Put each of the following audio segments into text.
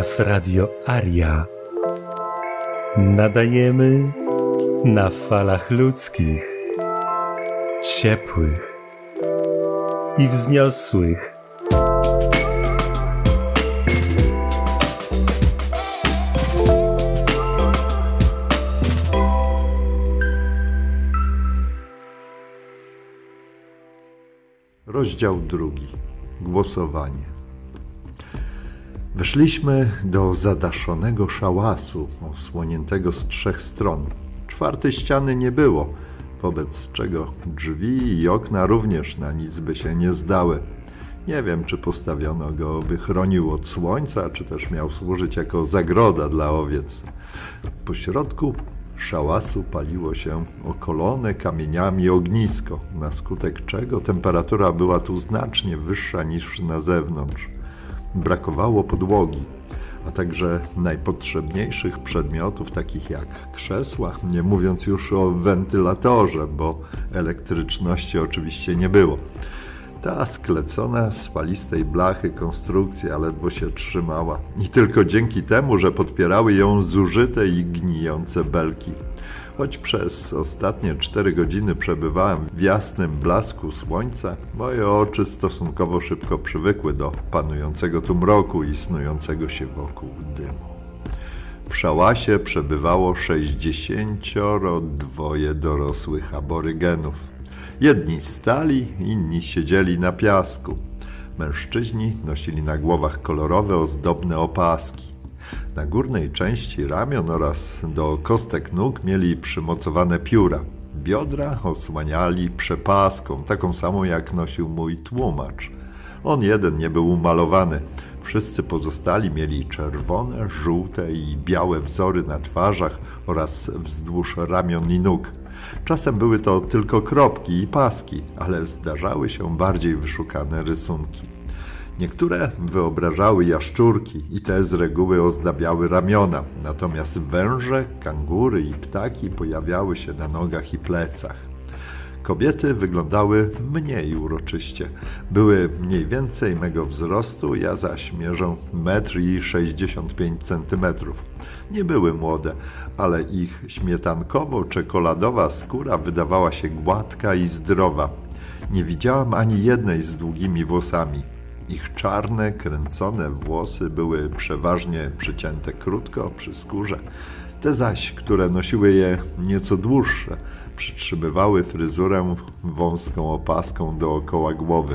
Hałas Radio Aria. Nadajemy na falach ludzkich, ciepłych i wzniosłych. Rozdział 2. Głosowanie. Weszliśmy do zadaszonego szałasu, osłoniętego z 3 stron. 4. ściany nie było, wobec czego drzwi i okna również na nic by się nie zdały. Nie wiem, czy postawiono go, by chronił od słońca, czy też miał służyć jako zagroda dla owiec. Po środku szałasu paliło się okolone kamieniami ognisko, na skutek czego temperatura była tu znacznie wyższa niż na zewnątrz. Brakowało podłogi, a także najpotrzebniejszych przedmiotów, takich jak krzesła, nie mówiąc już o wentylatorze, bo elektryczności oczywiście nie było. Ta sklecona z falistej blachy konstrukcja ledwo się trzymała i tylko dzięki temu, że podpierały ją zużyte i gnijące belki. Choć przez ostatnie 4 godziny przebywałem w jasnym blasku słońca, moje oczy stosunkowo szybko przywykły do panującego tu mroku i snującego się wokół dymu. W szałasie przebywało 62 dorosłych aborygenów. Jedni stali, inni siedzieli na piasku. Mężczyźni nosili na głowach kolorowe, ozdobne opaski. Na górnej części ramion oraz do kostek nóg mieli przymocowane pióra. Biodra osłaniali przepaską, taką samą jak nosił mój tłumacz. On jeden nie był umalowany. Wszyscy pozostali mieli czerwone, żółte i białe wzory na twarzach oraz wzdłuż ramion i nóg. Czasem były to tylko kropki i paski, ale zdarzały się bardziej wyszukane rysunki. Niektóre wyobrażały jaszczurki i te z reguły ozdabiały ramiona, natomiast węże, kangury i ptaki pojawiały się na nogach i plecach. Kobiety wyglądały mniej uroczyście. Były mniej więcej mego wzrostu, ja zaś mierzę 1,65 m. Nie były młode, ale ich śmietankowo-czekoladowa skóra wydawała się gładka i zdrowa. Nie widziałam ani jednej z długimi włosami. Ich czarne, kręcone włosy były przeważnie przycięte krótko przy skórze. Te zaś, które nosiły je nieco dłuższe, przytrzymywały fryzurę wąską opaską dookoła głowy.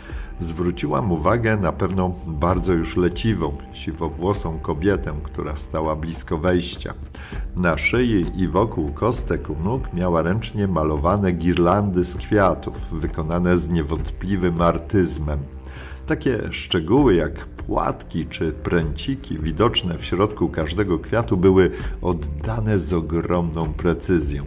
Zwróciłam uwagę na pewną bardzo już leciwą, siwowłosą kobietę, która stała blisko wejścia. Na szyi i wokół kostek u nóg miała ręcznie malowane girlandy z kwiatów, wykonane z niewątpliwym artyzmem. Takie szczegóły jak płatki czy pręciki widoczne w środku każdego kwiatu były oddane z ogromną precyzją.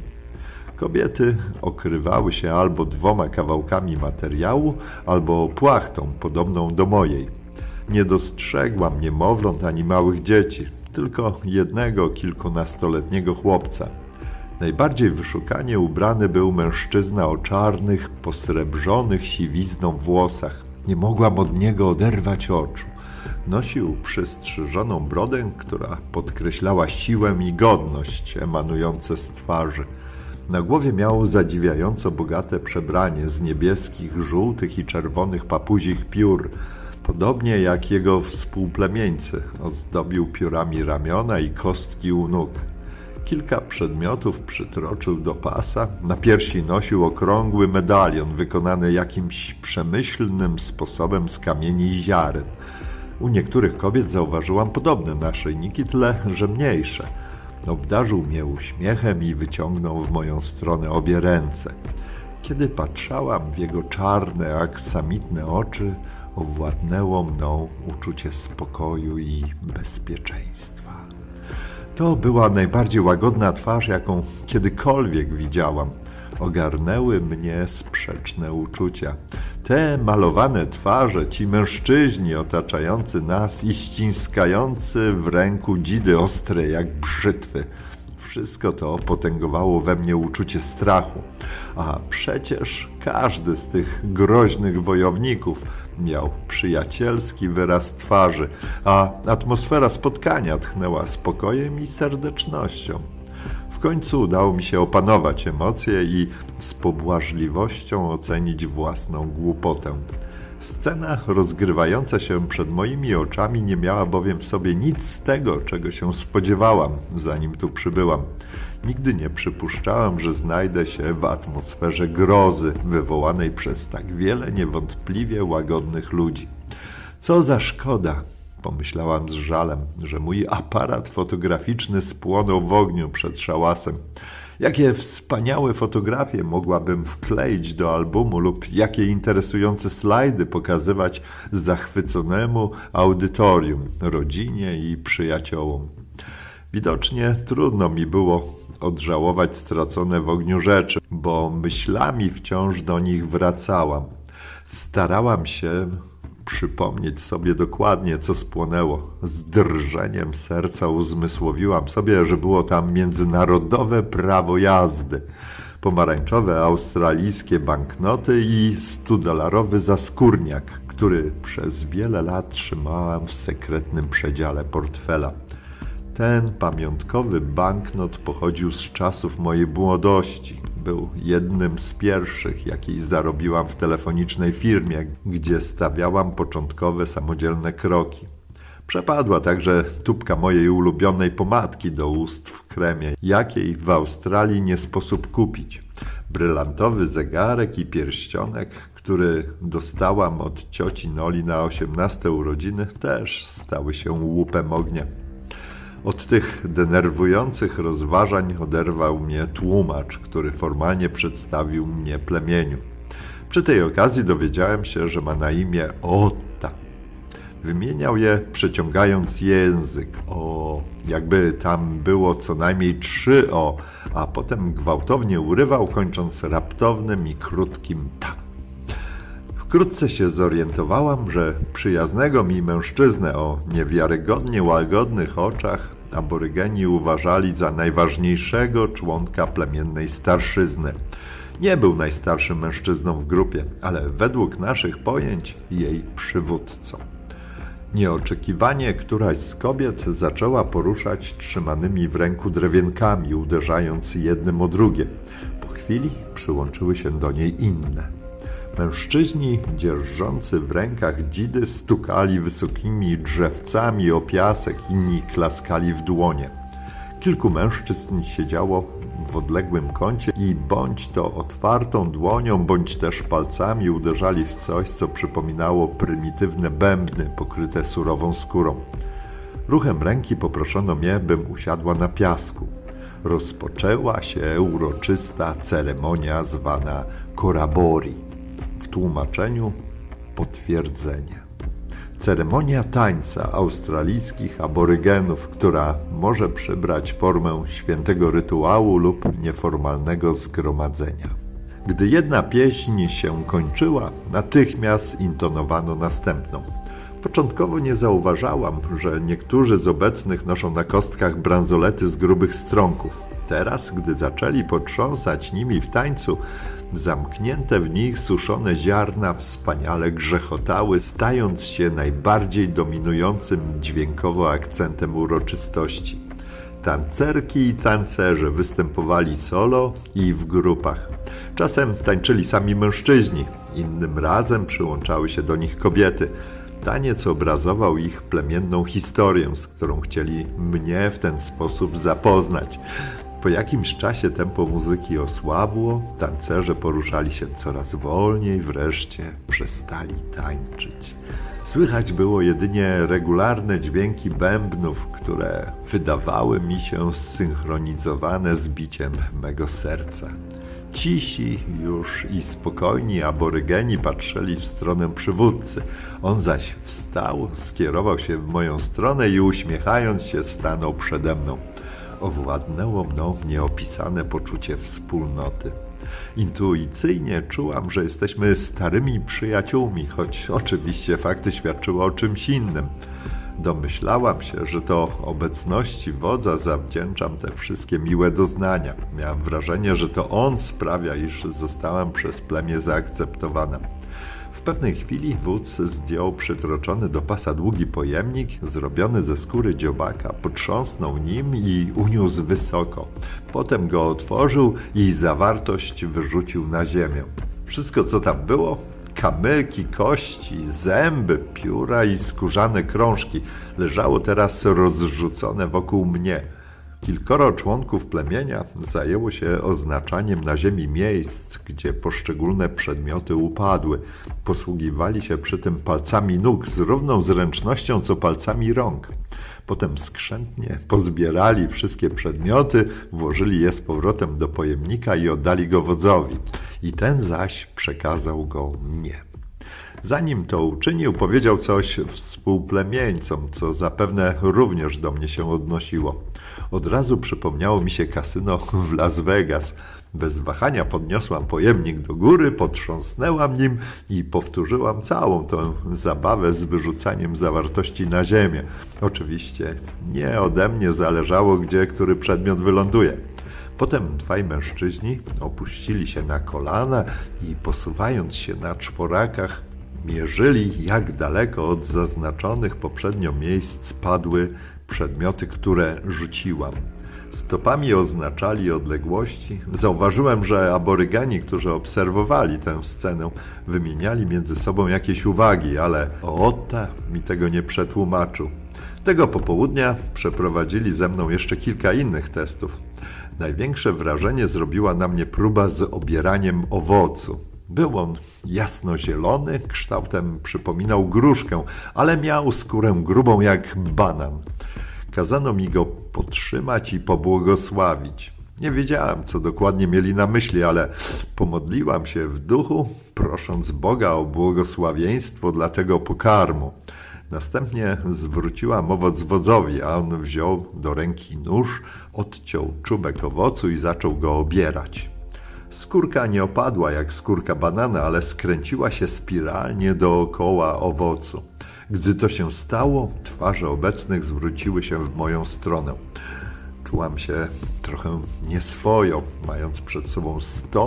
Kobiety okrywały się albo 2 kawałkami materiału, albo płachtą podobną do mojej. Nie dostrzegłam niemowląt ani małych dzieci, tylko jednego kilkunastoletniego chłopca. Najbardziej wyszukanie ubrany był mężczyzna o czarnych, posrebrzonych siwizną włosach. Nie mogłam od niego oderwać oczu. Nosił przystrzyżoną brodę, która podkreślała siłę i godność emanujące z twarzy. Na głowie miał zadziwiająco bogate przebranie z niebieskich, żółtych i czerwonych papuzich piór. Podobnie jak jego współplemieńcy, ozdobił piórami ramiona i kostki u nóg. Kilka przedmiotów przytroczył do pasa, na piersi nosił okrągły medalion wykonany jakimś przemyślnym sposobem z kamieni i ziaren. U niektórych kobiet zauważyłam podobne naszyjniki, tyle że mniejsze. Obdarzył mnie uśmiechem i wyciągnął w moją stronę obie ręce. Kiedy patrzałam w jego czarne, aksamitne oczy, owładnęło mną uczucie spokoju i bezpieczeństwa. To była najbardziej łagodna twarz, jaką kiedykolwiek widziałam. Ogarnęły mnie sprzeczne uczucia. Te malowane twarze, ci mężczyźni otaczający nas i ściskający w ręku dzidy ostre jak brzytwy. Wszystko to potęgowało we mnie uczucie strachu, a przecież każdy z tych groźnych wojowników miał przyjacielski wyraz twarzy, a atmosfera spotkania tchnęła spokojem i serdecznością. W końcu udało mi się opanować emocje i z pobłażliwością ocenić własną głupotę. Scena rozgrywająca się przed moimi oczami nie miała bowiem w sobie nic z tego, czego się spodziewałam, zanim tu przybyłam. Nigdy nie przypuszczałam, że znajdę się w atmosferze grozy wywołanej przez tak wiele niewątpliwie łagodnych ludzi. Co za szkoda, pomyślałam z żalem, że mój aparat fotograficzny spłonął w ogniu przed szałasem. Jakie wspaniałe fotografie mogłabym wkleić do albumu lub jakie interesujące slajdy pokazywać zachwyconemu audytorium, rodzinie i przyjaciołom. Widocznie trudno mi było odżałować stracone w ogniu rzeczy, bo myślami wciąż do nich wracałam. Starałam się przypomnieć sobie dokładnie, co spłonęło. Z drżeniem serca uzmysłowiłam sobie, że było tam międzynarodowe prawo jazdy, pomarańczowe australijskie banknoty i 100-dolarowy zaskórniak, który przez wiele lat trzymałam w sekretnym przedziale portfela. Ten pamiątkowy banknot pochodził z czasów mojej młodości. Był jednym z pierwszych, jaki zarobiłam w telefonicznej firmie, gdzie stawiałam początkowe samodzielne kroki. Przepadła także tubka mojej ulubionej pomadki do ust w kremie, jakiej w Australii nie sposób kupić. Brylantowy zegarek i pierścionek, który dostałam od cioci Noli na 18 urodziny, też stały się łupem ognia. Od tych denerwujących rozważań oderwał mnie tłumacz, który formalnie przedstawił mnie plemieniu. Przy tej okazji dowiedziałem się, że ma na imię Otta. Wymieniał je przeciągając język, jakby tam było co najmniej 3 o, a potem gwałtownie urywał, kończąc raptownym i krótkim ta. Wkrótce się zorientowałam, że przyjaznego mi mężczyznę o niewiarygodnie łagodnych oczach aborygeni uważali za najważniejszego członka plemiennej starszyzny. Nie był najstarszym mężczyzną w grupie, ale według naszych pojęć jej przywódcą. Nieoczekiwanie któraś z kobiet zaczęła poruszać trzymanymi w ręku drewienkami, uderzając jednym o drugie. Po chwili przyłączyły się do niej inne. Mężczyźni dzierżący w rękach dzidy stukali wysokimi drzewcami o piasek, inni klaskali w dłonie. Kilku mężczyzn siedziało w odległym kącie i bądź to otwartą dłonią, bądź też palcami uderzali w coś, co przypominało prymitywne bębny pokryte surową skórą. Ruchem ręki poproszono mnie, bym usiadła na piasku. Rozpoczęła się uroczysta ceremonia zwana korabori. W tłumaczeniu potwierdzenie. Ceremonia tańca australijskich aborygenów, która może przybrać formę świętego rytuału lub nieformalnego zgromadzenia. Gdy jedna pieśń się kończyła, natychmiast intonowano następną. Początkowo nie zauważałam, że niektórzy z obecnych noszą na kostkach bransolety z grubych strąków. Teraz, gdy zaczęli potrząsać nimi w tańcu, zamknięte w nich suszone ziarna wspaniale grzechotały, stając się najbardziej dominującym dźwiękowo akcentem uroczystości. Tancerki i tancerze występowali solo i w grupach. Czasem tańczyli sami mężczyźni, innym razem przyłączały się do nich kobiety. Taniec obrazował ich plemienną historię, z którą chcieli mnie w ten sposób zapoznać. Po jakimś czasie tempo muzyki osłabło, tancerze poruszali się coraz wolniej, wreszcie przestali tańczyć. Słychać było jedynie regularne dźwięki bębnów, które wydawały mi się zsynchronizowane z biciem mego serca. Cisi już i spokojni aborygeni patrzyli w stronę przywódcy. On zaś wstał, skierował się w moją stronę i uśmiechając się stanął przede mną. Owładnęło mną nieopisane poczucie wspólnoty. Intuicyjnie czułam, że jesteśmy starymi przyjaciółmi, choć oczywiście fakty świadczyły o czymś innym. Domyślałam się, że to obecności wodza zawdzięczam te wszystkie miłe doznania. Miałam wrażenie, że to on sprawia, iż zostałam przez plemię zaakceptowana. W pewnej chwili wódz zdjął przytroczony do pasa długi pojemnik, zrobiony ze skóry dziobaka, potrząsnął nim i uniósł wysoko. Potem go otworzył i zawartość wyrzucił na ziemię. Wszystko, co tam było, kamyki, kości, zęby, pióra i skórzane krążki, leżało teraz rozrzucone wokół mnie. Kilkoro członków plemienia zajęło się oznaczaniem na ziemi miejsc, gdzie poszczególne przedmioty upadły. Posługiwali się przy tym palcami nóg z równą zręcznością co palcami rąk. Potem skrzętnie pozbierali wszystkie przedmioty, włożyli je z powrotem do pojemnika i oddali go wodzowi. I ten zaś przekazał go mnie. Zanim to uczynił, powiedział coś współplemieńcom, co zapewne również do mnie się odnosiło. Od razu przypomniało mi się kasyno w Las Vegas. Bez wahania podniosłam pojemnik do góry, potrząsnęłam nim i powtórzyłam całą tę zabawę z wyrzucaniem zawartości na ziemię. Oczywiście nie ode mnie zależało, gdzie który przedmiot wyląduje. Potem dwaj mężczyźni opuścili się na kolana i posuwając się na czworakach, mierzyli, jak daleko od zaznaczonych poprzednio miejsc padły przedmioty, które rzuciłam. Stopami oznaczali odległości. Zauważyłem, że aborygani, którzy obserwowali tę scenę, wymieniali między sobą jakieś uwagi, ale Otta mi tego nie przetłumaczył. Tego popołudnia przeprowadzili ze mną jeszcze kilka innych testów. Największe wrażenie zrobiła na mnie próba z obieraniem owocu. Był on jasnozielony, kształtem przypominał gruszkę, ale miał skórę grubą jak banan. Kazano mi go potrzymać i pobłogosławić. Nie wiedziałam, co dokładnie mieli na myśli, ale pomodliłam się w duchu, prosząc Boga o błogosławieństwo dla tego pokarmu. Następnie zwróciłam owoc wodzowi, a on wziął do ręki nóż, odciął czubek owocu i zaczął go obierać. Skórka nie opadła jak skórka banana, ale skręciła się spiralnie dookoła owocu. Gdy to się stało, twarze obecnych zwróciły się w moją stronę. Czułam się trochę nieswojo, mając przed sobą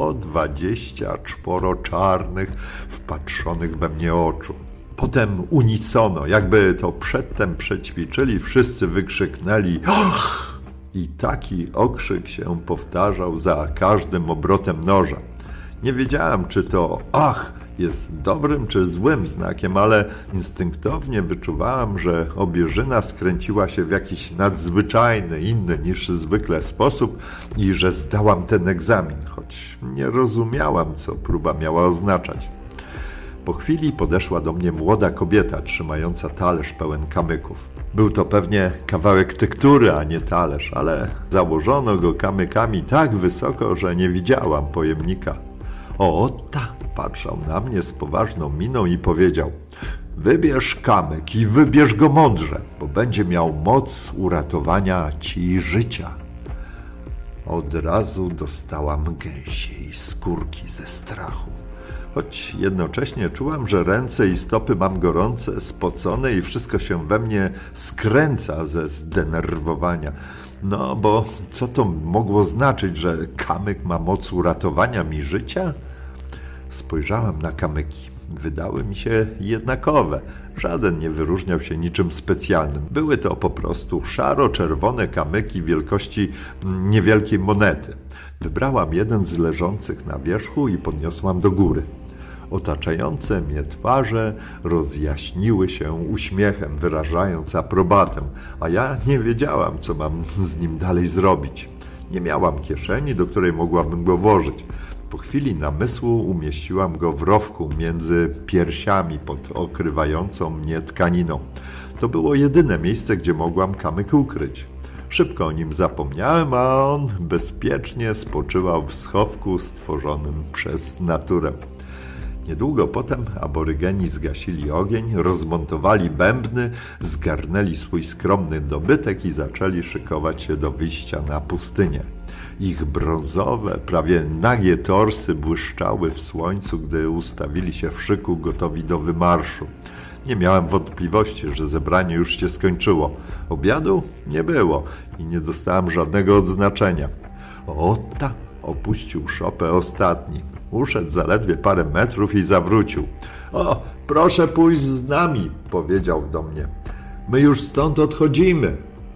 124 czarnych, wpatrzonych we mnie oczu. Potem unisono, jakby to przedtem przećwiczyli, wszyscy wykrzyknęli „Och!” i taki okrzyk się powtarzał za każdym obrotem noża. Nie wiedziałam, czy to „ach” jest dobrym czy złym znakiem, ale instynktownie wyczuwałam, że obierzyna skręciła się w jakiś nadzwyczajny, inny niż zwykle sposób i że zdałam ten egzamin, choć nie rozumiałam, co próba miała oznaczać. Po chwili podeszła do mnie młoda kobieta trzymająca talerz pełen kamyków. Był to pewnie kawałek tektury, a nie talerz, ale założono go kamykami tak wysoko, że nie widziałam pojemnika. Otta patrzał na mnie z poważną miną i powiedział: wybierz kamyk i wybierz go mądrze, bo będzie miał moc uratowania ci życia. Od razu dostałam gęsiej skórki ze strachu. Choć jednocześnie czułam, że ręce i stopy mam gorące, spocone i wszystko się we mnie skręca ze zdenerwowania. No bo co to mogło znaczyć, że kamyk ma moc uratowania mi życia? Spojrzałam na kamyki. Wydały mi się jednakowe. Żaden nie wyróżniał się niczym specjalnym. Były to po prostu szaro-czerwone kamyki wielkości niewielkiej monety. Wybrałam jeden z leżących na wierzchu i podniosłam do góry. Otaczające mnie twarze rozjaśniły się uśmiechem, wyrażając aprobatę, a ja nie wiedziałam, co mam z nim dalej zrobić. Nie miałam kieszeni, do której mogłabym go włożyć. Po chwili namysłu umieściłam go w rowku między piersiami pod okrywającą mnie tkaniną. To było jedyne miejsce, gdzie mogłam kamyk ukryć. Szybko o nim zapomniałem, a on bezpiecznie spoczywał w schowku stworzonym przez naturę. Niedługo potem aborygeni zgasili ogień, rozmontowali bębny, zgarnęli swój skromny dobytek i zaczęli szykować się do wyjścia na pustynię. Ich brązowe, prawie nagie torsy błyszczały w słońcu, gdy ustawili się w szyku gotowi do wymarszu. Nie miałem wątpliwości, że zebranie już się skończyło. Obiadu nie było i nie dostałem żadnego odznaczenia. Otta opuścił szopę ostatni. Uszedł zaledwie parę metrów i zawrócił. O, proszę pójść z nami, powiedział do mnie. My już stąd odchodzimy.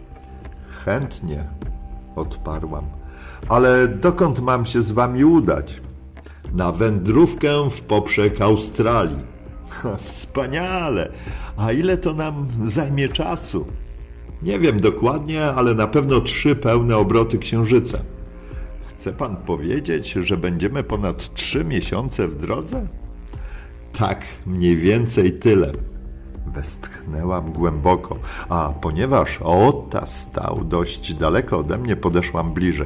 Chętnie, odparłam. Ale dokąd mam się z wami udać? Na wędrówkę w poprzek Australii. Wspaniale! A ile to nam zajmie czasu? Nie wiem dokładnie, ale na pewno 3 pełne obroty księżyca. Chce pan powiedzieć, że będziemy ponad 3 miesiące w drodze? Tak, mniej więcej tyle. Westchnęłam głęboko, a ponieważ Otta stał dość daleko ode mnie, podeszłam bliżej.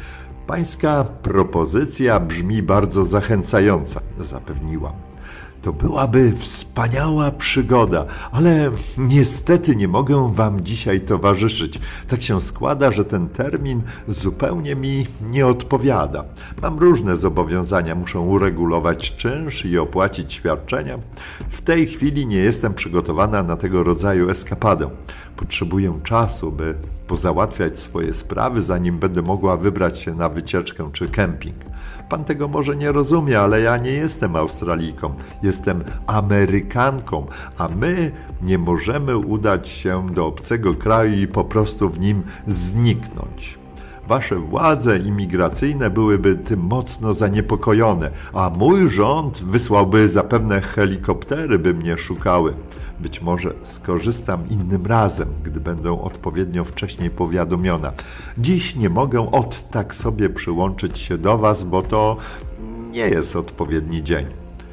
Pańska propozycja brzmi bardzo zachęcająca, zapewniłam. To byłaby wspaniała przygoda, ale niestety nie mogę wam dzisiaj towarzyszyć. Tak się składa, że ten termin zupełnie mi nie odpowiada. Mam różne zobowiązania, muszę uregulować czynsz i opłacić świadczenia. W tej chwili nie jestem przygotowana na tego rodzaju eskapadę. Potrzebuję czasu, by pozałatwiać swoje sprawy, zanim będę mogła wybrać się na wycieczkę czy kemping. Pan tego może nie rozumie, ale ja nie jestem Australijką, jestem Amerykanką, a my nie możemy udać się do obcego kraju i po prostu w nim zniknąć. Wasze władze imigracyjne byłyby tym mocno zaniepokojone, a mój rząd wysłałby zapewne helikoptery, by mnie szukały. Być może skorzystam innym razem, gdy będę odpowiednio wcześniej powiadomiona. Dziś nie mogę tak sobie przyłączyć się do was, bo to nie jest odpowiedni dzień.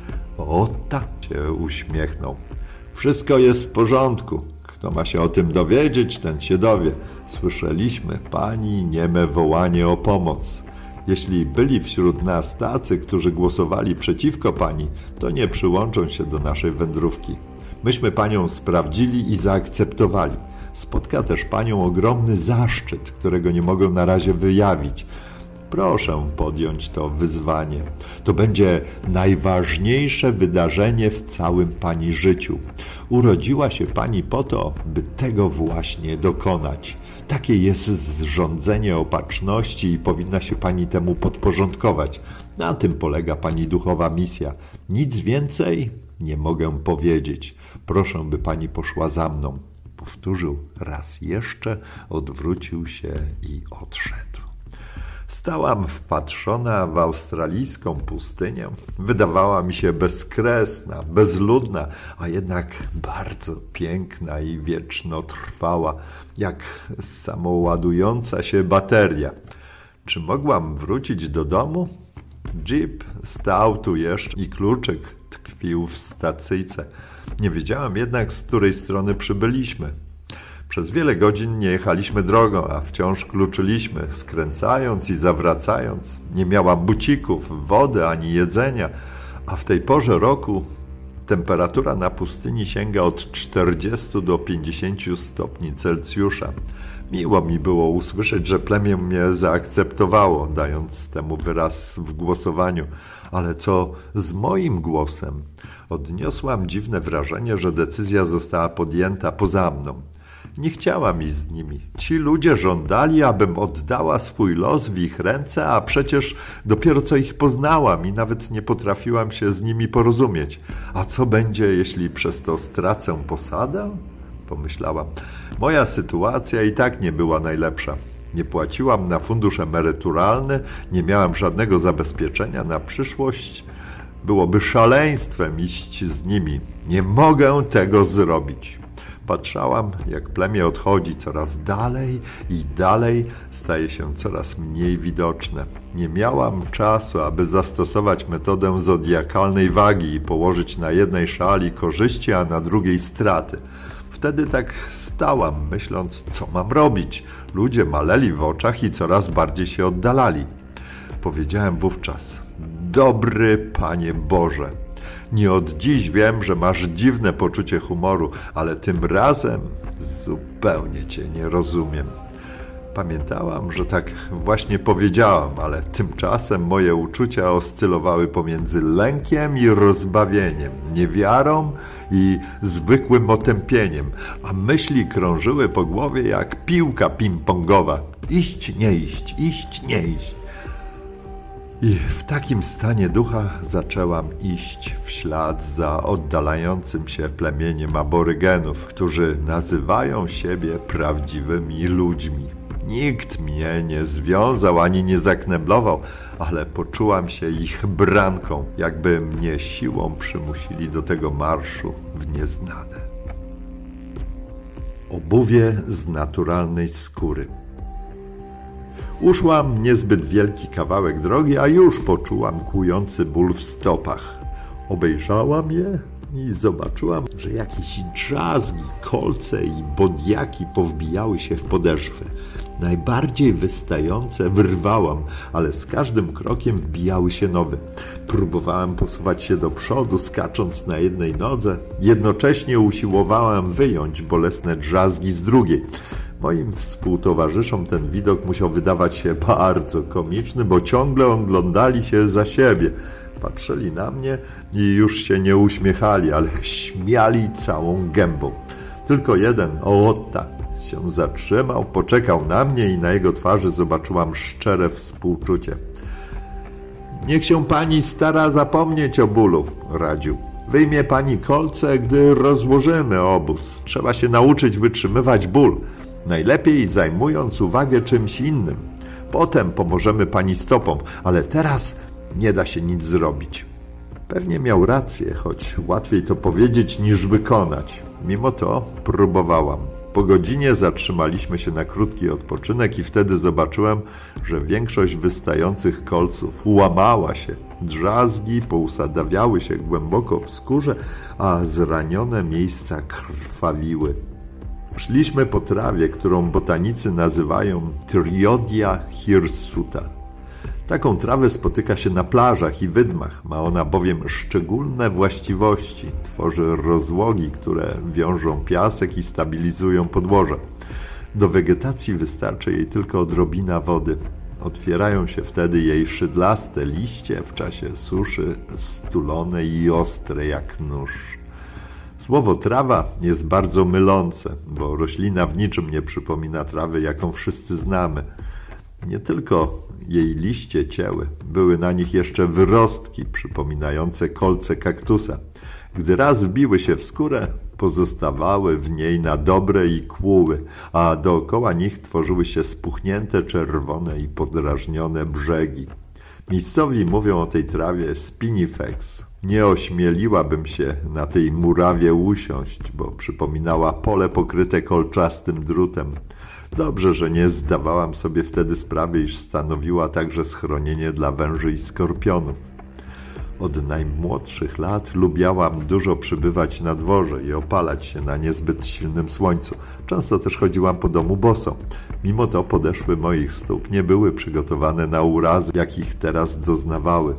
Otta się uśmiechnął. Wszystko jest w porządku. Kto ma się o tym dowiedzieć, ten się dowie. Słyszeliśmy pani nieme wołanie o pomoc. Jeśli byli wśród nas tacy, którzy głosowali przeciwko pani, to nie przyłączą się do naszej wędrówki. Myśmy panią sprawdzili i zaakceptowali. Spotka też panią ogromny zaszczyt, którego nie mogę na razie wyjawić. Proszę podjąć to wyzwanie. To będzie najważniejsze wydarzenie w całym pani życiu. Urodziła się pani po to, by tego właśnie dokonać. Takie jest zrządzenie opatrzności i powinna się pani temu podporządkować. Na tym polega pani duchowa misja. Nic więcej nie mogę powiedzieć. Proszę, by pani poszła za mną. Powtórzył raz jeszcze, odwrócił się i odszedł. Stałam wpatrzona w australijską pustynię. Wydawała mi się bezkresna, bezludna, a jednak bardzo piękna i wiecznotrwała, jak samoładująca się bateria. Czy mogłam wrócić do domu? Jeep stał tu jeszcze i kluczyk tkwił w stacyjce. Nie wiedziałam jednak, z której strony przybyliśmy. Przez wiele godzin nie jechaliśmy drogą, a wciąż kluczyliśmy, skręcając i zawracając. Nie miałam bucików, wody ani jedzenia, a w tej porze roku temperatura na pustyni sięga od 40 do 50 stopni Celsjusza. Miło mi było usłyszeć, że plemię mnie zaakceptowało, dając temu wyraz w głosowaniu. Ale co z moim głosem? Odniosłam dziwne wrażenie, że decyzja została podjęta poza mną. Nie chciałam iść z nimi. Ci ludzie żądali, abym oddała swój los w ich ręce, a przecież dopiero co ich poznałam i nawet nie potrafiłam się z nimi porozumieć. A co będzie, jeśli przez to stracę posadę? Pomyślałam. Moja sytuacja i tak nie była najlepsza. Nie płaciłam na fundusz emeryturalny, nie miałam żadnego zabezpieczenia na przyszłość. Byłoby szaleństwem iść z nimi. Nie mogę tego zrobić. Patrzałam, jak plemię odchodzi coraz dalej i dalej, staje się coraz mniej widoczne. Nie miałam czasu, aby zastosować metodę zodiakalnej wagi i położyć na jednej szali korzyści, a na drugiej straty. Wtedy tak stałam, myśląc, co mam robić. Ludzie maleli w oczach i coraz bardziej się oddalali. Powiedziałem wówczas: dobry Panie Boże, nie od dziś wiem, że masz dziwne poczucie humoru, ale tym razem zupełnie Cię nie rozumiem. Pamiętałam, że tak właśnie powiedziałam, ale tymczasem moje uczucia oscylowały pomiędzy lękiem i rozbawieniem, niewiarą i zwykłym otępieniem, a myśli krążyły po głowie jak piłka ping-pongowa. Iść, nie iść, iść, nie iść. I w takim stanie ducha zaczęłam iść w ślad za oddalającym się plemieniem aborygenów, którzy nazywają siebie prawdziwymi ludźmi. Nikt mnie nie związał ani nie zakneblował, ale poczułam się ich branką, jakby mnie siłą przymusili do tego marszu w nieznane. Obuwie z naturalnej skóry. Uszłam niezbyt wielki kawałek drogi, a już poczułam kłujący ból w stopach. Obejrzałam je i zobaczyłam, że jakieś drzazgi, kolce i bodiaki powbijały się w podeszwy. Najbardziej wystające wyrwałam, ale z każdym krokiem wbijały się nowe. Próbowałam posuwać się do przodu, skacząc na jednej nodze. Jednocześnie usiłowałam wyjąć bolesne drzazgi z drugiej. Moim współtowarzyszom ten widok musiał wydawać się bardzo komiczny, bo ciągle oglądali się za siebie. Patrzyli na mnie i już się nie uśmiechali, ale śmiali całą gębą. Tylko jeden, Ołotta, się zatrzymał, poczekał na mnie i na jego twarzy zobaczyłam szczere współczucie. Niech się pani stara zapomnieć o bólu, radził. Wyjmie pani kolce, gdy rozłożymy obóz. Trzeba się nauczyć wytrzymywać ból. Najlepiej zajmując uwagę czymś innym. Potem pomożemy pani stopom, ale teraz nie da się nic zrobić. Pewnie miał rację, choć łatwiej to powiedzieć niż wykonać. Mimo to próbowałam. Po godzinie zatrzymaliśmy się na krótki odpoczynek i wtedy zobaczyłem, że większość wystających kolców łamała się. Drzazgi pousadawiały się głęboko w skórze, a zranione miejsca krwawiły. Szliśmy po trawie, którą botanicy nazywają Triodia hirsuta. Taką trawę spotyka się na plażach i wydmach. Ma ona bowiem szczególne właściwości. Tworzy rozłogi, które wiążą piasek i stabilizują podłoże. Do wegetacji wystarczy jej tylko odrobina wody. Otwierają się wtedy jej szydlaste liście, w czasie suszy stulone i ostre jak nóż. Słowo trawa jest bardzo mylące, bo roślina w niczym nie przypomina trawy, jaką wszyscy znamy. Nie tylko jej liście cięły, były na nich jeszcze wyrostki przypominające kolce kaktusa. Gdy raz wbiły się w skórę, pozostawały w niej na dobre i kłuły, a dookoła nich tworzyły się spuchnięte, czerwone i podrażnione brzegi. Miejscowi mówią o tej trawie spinifex. Nie ośmieliłabym się na tej murawie usiąść, bo przypominała pole pokryte kolczastym drutem. Dobrze, że nie zdawałam sobie wtedy sprawy, iż stanowiła także schronienie dla węży i skorpionów. Od najmłodszych lat lubiałam dużo przybywać na dworze i opalać się na niezbyt silnym słońcu. Często też chodziłam po domu boso. Mimo to podeszwy moich stóp nie były przygotowane na urazy, jakich teraz doznawały.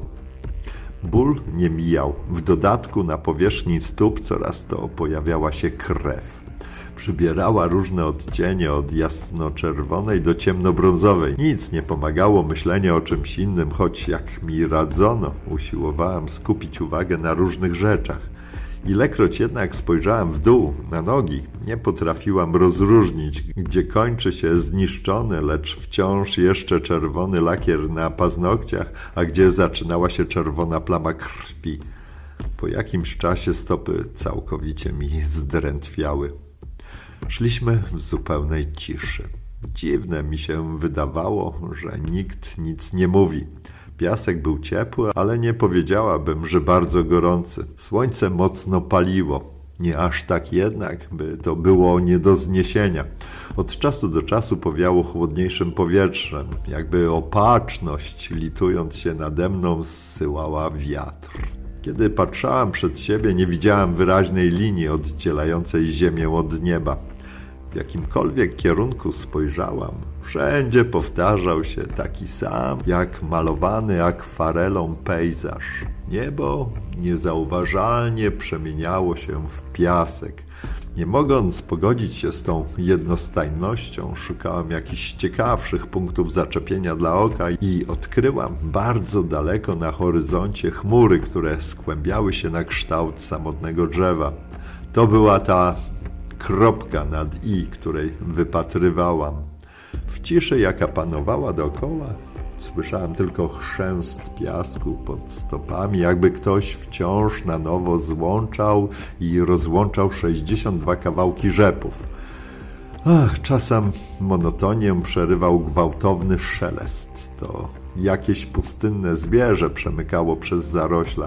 Ból nie mijał. W dodatku na powierzchni stóp coraz to pojawiała się krew. Przybierała różne odcienie od jasno-czerwonej do ciemnobrązowej. Nic nie pomagało myślenie o czymś innym, choć jak mi radzono, usiłowałam skupić uwagę na różnych rzeczach. Ilekroć jednak spojrzałam w dół, na nogi, nie potrafiłam rozróżnić, gdzie kończy się zniszczony, lecz wciąż jeszcze czerwony lakier na paznokciach, a gdzie zaczynała się czerwona plama krwi. Po jakimś czasie stopy całkowicie mi zdrętwiały. Szliśmy w zupełnej ciszy. Dziwne mi się wydawało, że nikt nic nie mówi. Piasek był ciepły, ale nie powiedziałabym, że bardzo gorący. Słońce mocno paliło. Nie aż tak jednak, by to było nie do zniesienia. Od czasu do czasu powiało chłodniejszym powietrzem, jakby opatrzność, litując się nade mną, zsyłała wiatr. Kiedy patrzałam przed siebie, nie widziałam wyraźnej linii oddzielającej ziemię od nieba. W jakimkolwiek kierunku spojrzałam, wszędzie powtarzał się taki sam, jak malowany akwarelą pejzaż. Niebo niezauważalnie przemieniało się w piasek. Nie mogąc pogodzić się z tą jednostajnością, szukałem jakichś ciekawszych punktów zaczepienia dla oka i odkryłam bardzo daleko na horyzoncie chmury, które skłębiały się na kształt samotnego drzewa. To była ta kropka nad i, której wypatrywałam. W ciszy, jaka panowała dookoła, słyszałem tylko chrzęst piasku pod stopami, jakby ktoś wciąż na nowo złączał i rozłączał 62 kawałki rzepów. Czasem monotonię przerywał gwałtowny szelest. To jakieś pustynne zwierzę przemykało przez zarośla.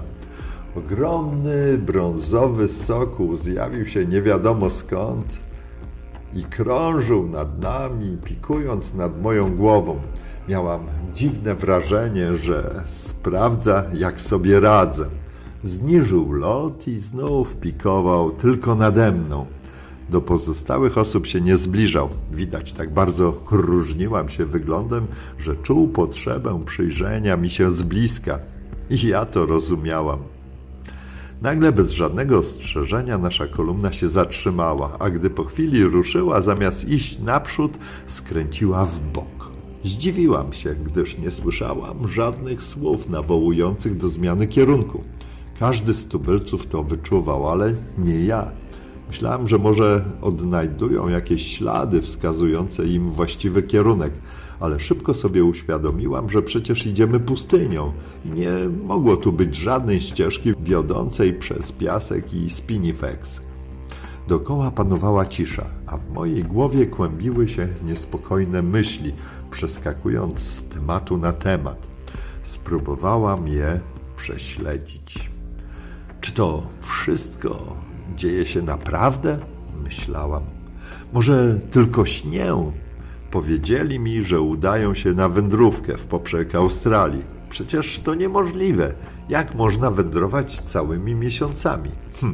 Ogromny, brązowy sokół zjawił się nie wiadomo skąd i krążył nad nami, pikując nad moją głową. Miałam dziwne wrażenie, że sprawdza, jak sobie radzę. Zniżył lot i znów pikował tylko nade mną. Do pozostałych osób się nie zbliżał. Widać, tak bardzo różniłam się wyglądem, że czuł potrzebę przyjrzenia mi się z bliska. I ja to rozumiałam. Nagle, bez żadnego ostrzeżenia, nasza kolumna się zatrzymała, a gdy po chwili ruszyła, zamiast iść naprzód, skręciła w bok. Zdziwiłam się, gdyż nie słyszałam żadnych słów nawołujących do zmiany kierunku. Każdy z tubylców to wyczuwał, ale nie ja. Myślałam, że może odnajdują jakieś ślady wskazujące im właściwy kierunek, ale szybko sobie uświadomiłam, że przecież idziemy pustynią i nie mogło tu być żadnej ścieżki wiodącej przez piasek i spinifex. Dookoła panowała cisza, a w mojej głowie kłębiły się niespokojne myśli, przeskakując z tematu na temat. Spróbowałam je prześledzić. Czy to wszystko dzieje się naprawdę? Myślałam. Może tylko śnię? Powiedzieli mi, że udają się na wędrówkę w poprzek Australii. Przecież to niemożliwe. Jak można wędrować całymi miesiącami?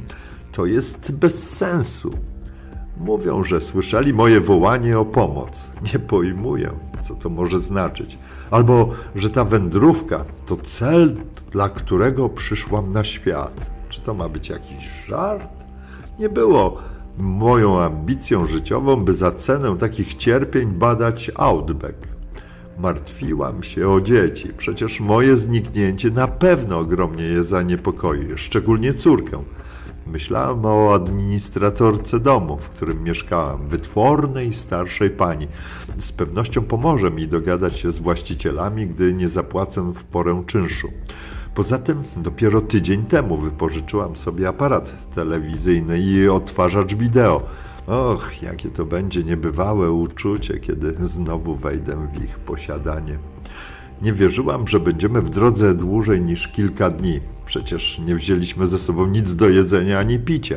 To jest bez sensu. Mówią, że słyszeli moje wołanie o pomoc. Nie pojmuję, co to może znaczyć. Albo, że ta wędrówka to cel, dla którego przyszłam na świat. Czy to ma być jakiś żart? Nie było moją ambicją życiową, by za cenę takich cierpień badać Outback. Martwiłam się o dzieci. Przecież moje zniknięcie na pewno ogromnie je zaniepokoi, szczególnie córkę. Myślałam o administratorce domu, w którym mieszkałam, wytwornej starszej pani. Z pewnością pomoże mi dogadać się z właścicielami, gdy nie zapłacę w porę czynszu. Poza tym dopiero tydzień temu wypożyczyłam sobie aparat telewizyjny i odtwarzacz wideo. Och, jakie to będzie niebywałe uczucie, kiedy znowu wejdę w ich posiadanie. Nie wierzyłam, że będziemy w drodze dłużej niż kilka dni. Przecież nie wzięliśmy ze sobą nic do jedzenia ani picia.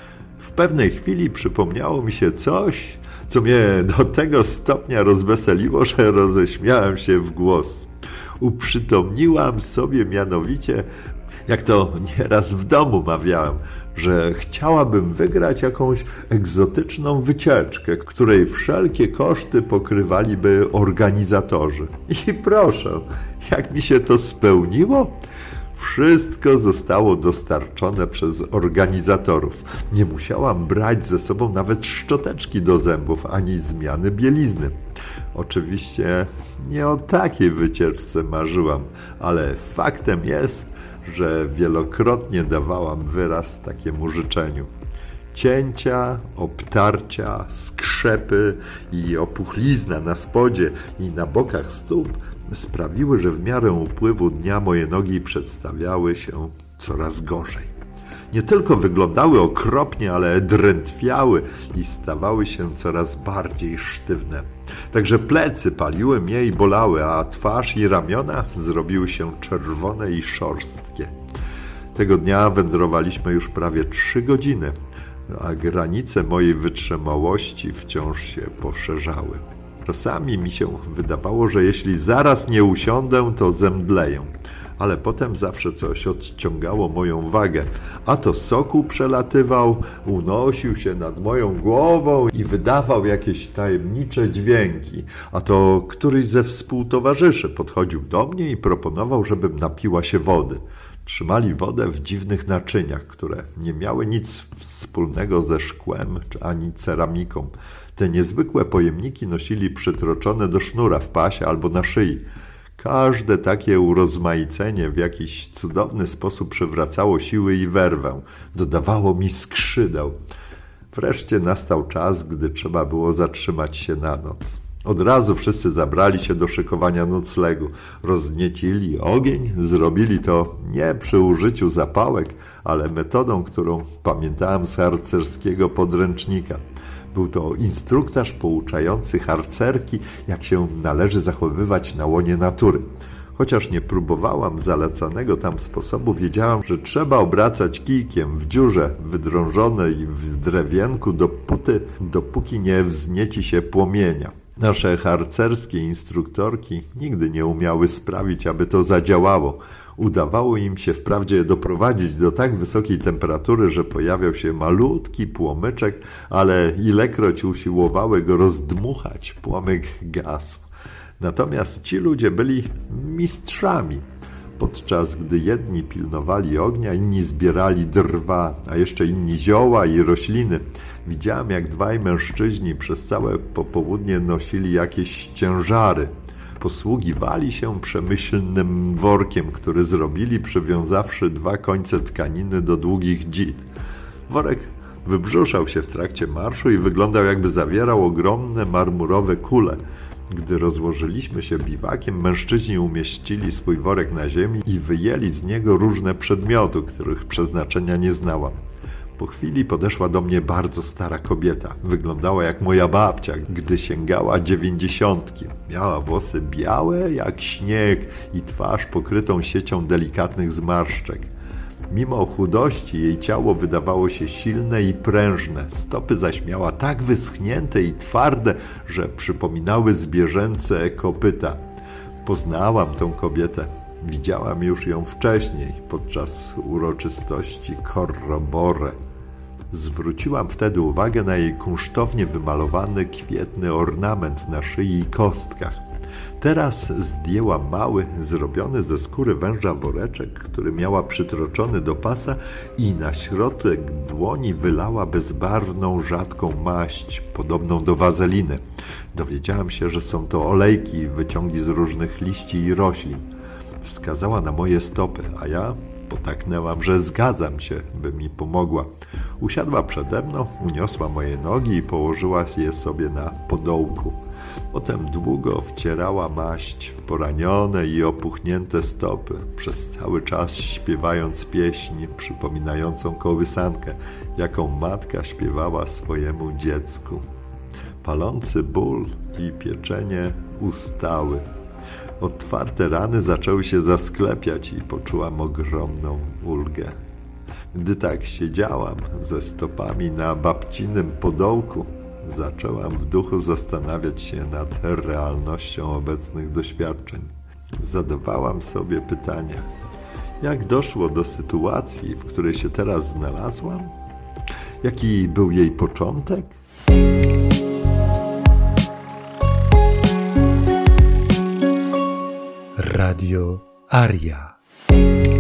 W pewnej chwili przypomniało mi się coś, co mnie do tego stopnia rozweseliło, że roześmiałem się w głos. Uprzytomniłam sobie mianowicie, jak to nieraz w domu mawiałem, że chciałabym wygrać jakąś egzotyczną wycieczkę, której wszelkie koszty pokrywaliby organizatorzy. I proszę, jak mi się to spełniło? Wszystko zostało dostarczone przez organizatorów. Nie musiałam brać ze sobą nawet szczoteczki do zębów, ani zmiany bielizny. Oczywiście nie o takiej wycieczce marzyłam, ale faktem jest, że wielokrotnie dawałam wyraz takiemu życzeniu. Cięcia, obtarcia, skrzepy i opuchlizna na spodzie i na bokach stóp sprawiły, że w miarę upływu dnia moje nogi przedstawiały się coraz gorzej. Nie tylko wyglądały okropnie, ale drętwiały i stawały się coraz bardziej sztywne. Także plecy paliły mnie i bolały, a twarz i ramiona zrobiły się czerwone i szorstkie. Tego dnia wędrowaliśmy już prawie 3 godziny, a granice mojej wytrzymałości wciąż się poszerzały. Czasami mi się wydawało, że jeśli zaraz nie usiądę, to zemdleję. Ale potem zawsze coś odciągało moją wagę. A to sokół przelatywał, unosił się nad moją głową i wydawał jakieś tajemnicze dźwięki. A to któryś ze współtowarzyszy podchodził do mnie i proponował, żebym napiła się wody. Trzymali wodę w dziwnych naczyniach, które nie miały nic wspólnego ze szkłem ani ceramiką. Te niezwykłe pojemniki nosili przytroczone do sznura w pasie albo na szyi. Każde takie urozmaicenie w jakiś cudowny sposób przywracało siły i werwę, dodawało mi skrzydeł. Wreszcie nastał czas, gdy trzeba było zatrzymać się na noc. Od razu wszyscy zabrali się do szykowania noclegu. Rozniecili ogień, zrobili to nie przy użyciu zapałek, ale metodą, którą pamiętałem z harcerskiego podręcznika. Był to instruktaż pouczający harcerki, jak się należy zachowywać na łonie natury. Chociaż nie próbowałam zalecanego tam sposobu, wiedziałam, że trzeba obracać kijkiem w dziurze wydrążonej w drewienku dopóki nie wznieci się płomienia. Nasze harcerskie instruktorki nigdy nie umiały sprawić, aby to zadziałało. Udawało im się wprawdzie doprowadzić do tak wysokiej temperatury, że pojawiał się malutki płomyczek, ale ilekroć usiłowały go rozdmuchać, płomyk gasł. Natomiast ci ludzie byli mistrzami. Podczas gdy jedni pilnowali ognia, inni zbierali drwa, a jeszcze inni zioła i rośliny. Widziałem, jak dwaj mężczyźni przez całe popołudnie nosili jakieś ciężary. Posługiwali się przemyślnym workiem, który zrobili, przywiązawszy 2 końce tkaniny do długich dzid. Worek wybrzuszał się w trakcie marszu i wyglądał, jakby zawierał ogromne marmurowe kule. Gdy rozłożyliśmy się biwakiem, mężczyźni umieścili swój worek na ziemi i wyjęli z niego różne przedmioty, których przeznaczenia nie znałam. Po chwili podeszła do mnie bardzo stara kobieta. Wyglądała jak moja babcia, gdy sięgała 90. Miała włosy białe jak śnieg i twarz pokrytą siecią delikatnych zmarszczek. Mimo chudości jej ciało wydawało się silne i prężne, stopy zaś miała tak wyschnięte i twarde, że przypominały zwierzęce kopyta. Poznałam tę kobietę. Widziałam już ją wcześniej, podczas uroczystości Corrobore. Zwróciłam wtedy uwagę na jej kunsztownie wymalowany kwietny ornament na szyi i kostkach. Teraz zdjęła mały, zrobiony ze skóry węża woreczek, który miała przytroczony do pasa i na środek dłoni wylała bezbarwną, rzadką maść, podobną do wazeliny. Dowiedziałam się, że są to olejki i wyciągi z różnych liści i roślin. Wskazała na moje stopy, a ja potaknęłam, że zgadzam się, by mi pomogła. Usiadła przede mną, uniosła moje nogi i położyła je sobie na podołku. Potem długo wcierała maść w poranione i opuchnięte stopy, przez cały czas śpiewając pieśń przypominającą kołysankę, jaką matka śpiewała swojemu dziecku. Palący ból i pieczenie ustały. Otwarte rany zaczęły się zasklepiać i poczułam ogromną ulgę. Gdy tak siedziałam ze stopami na babcinym podołku, zaczęłam w duchu zastanawiać się nad realnością obecnych doświadczeń. Zadawałam sobie pytania, jak doszło do sytuacji, w której się teraz znalazłam? Jaki był jej początek? Radio Aria.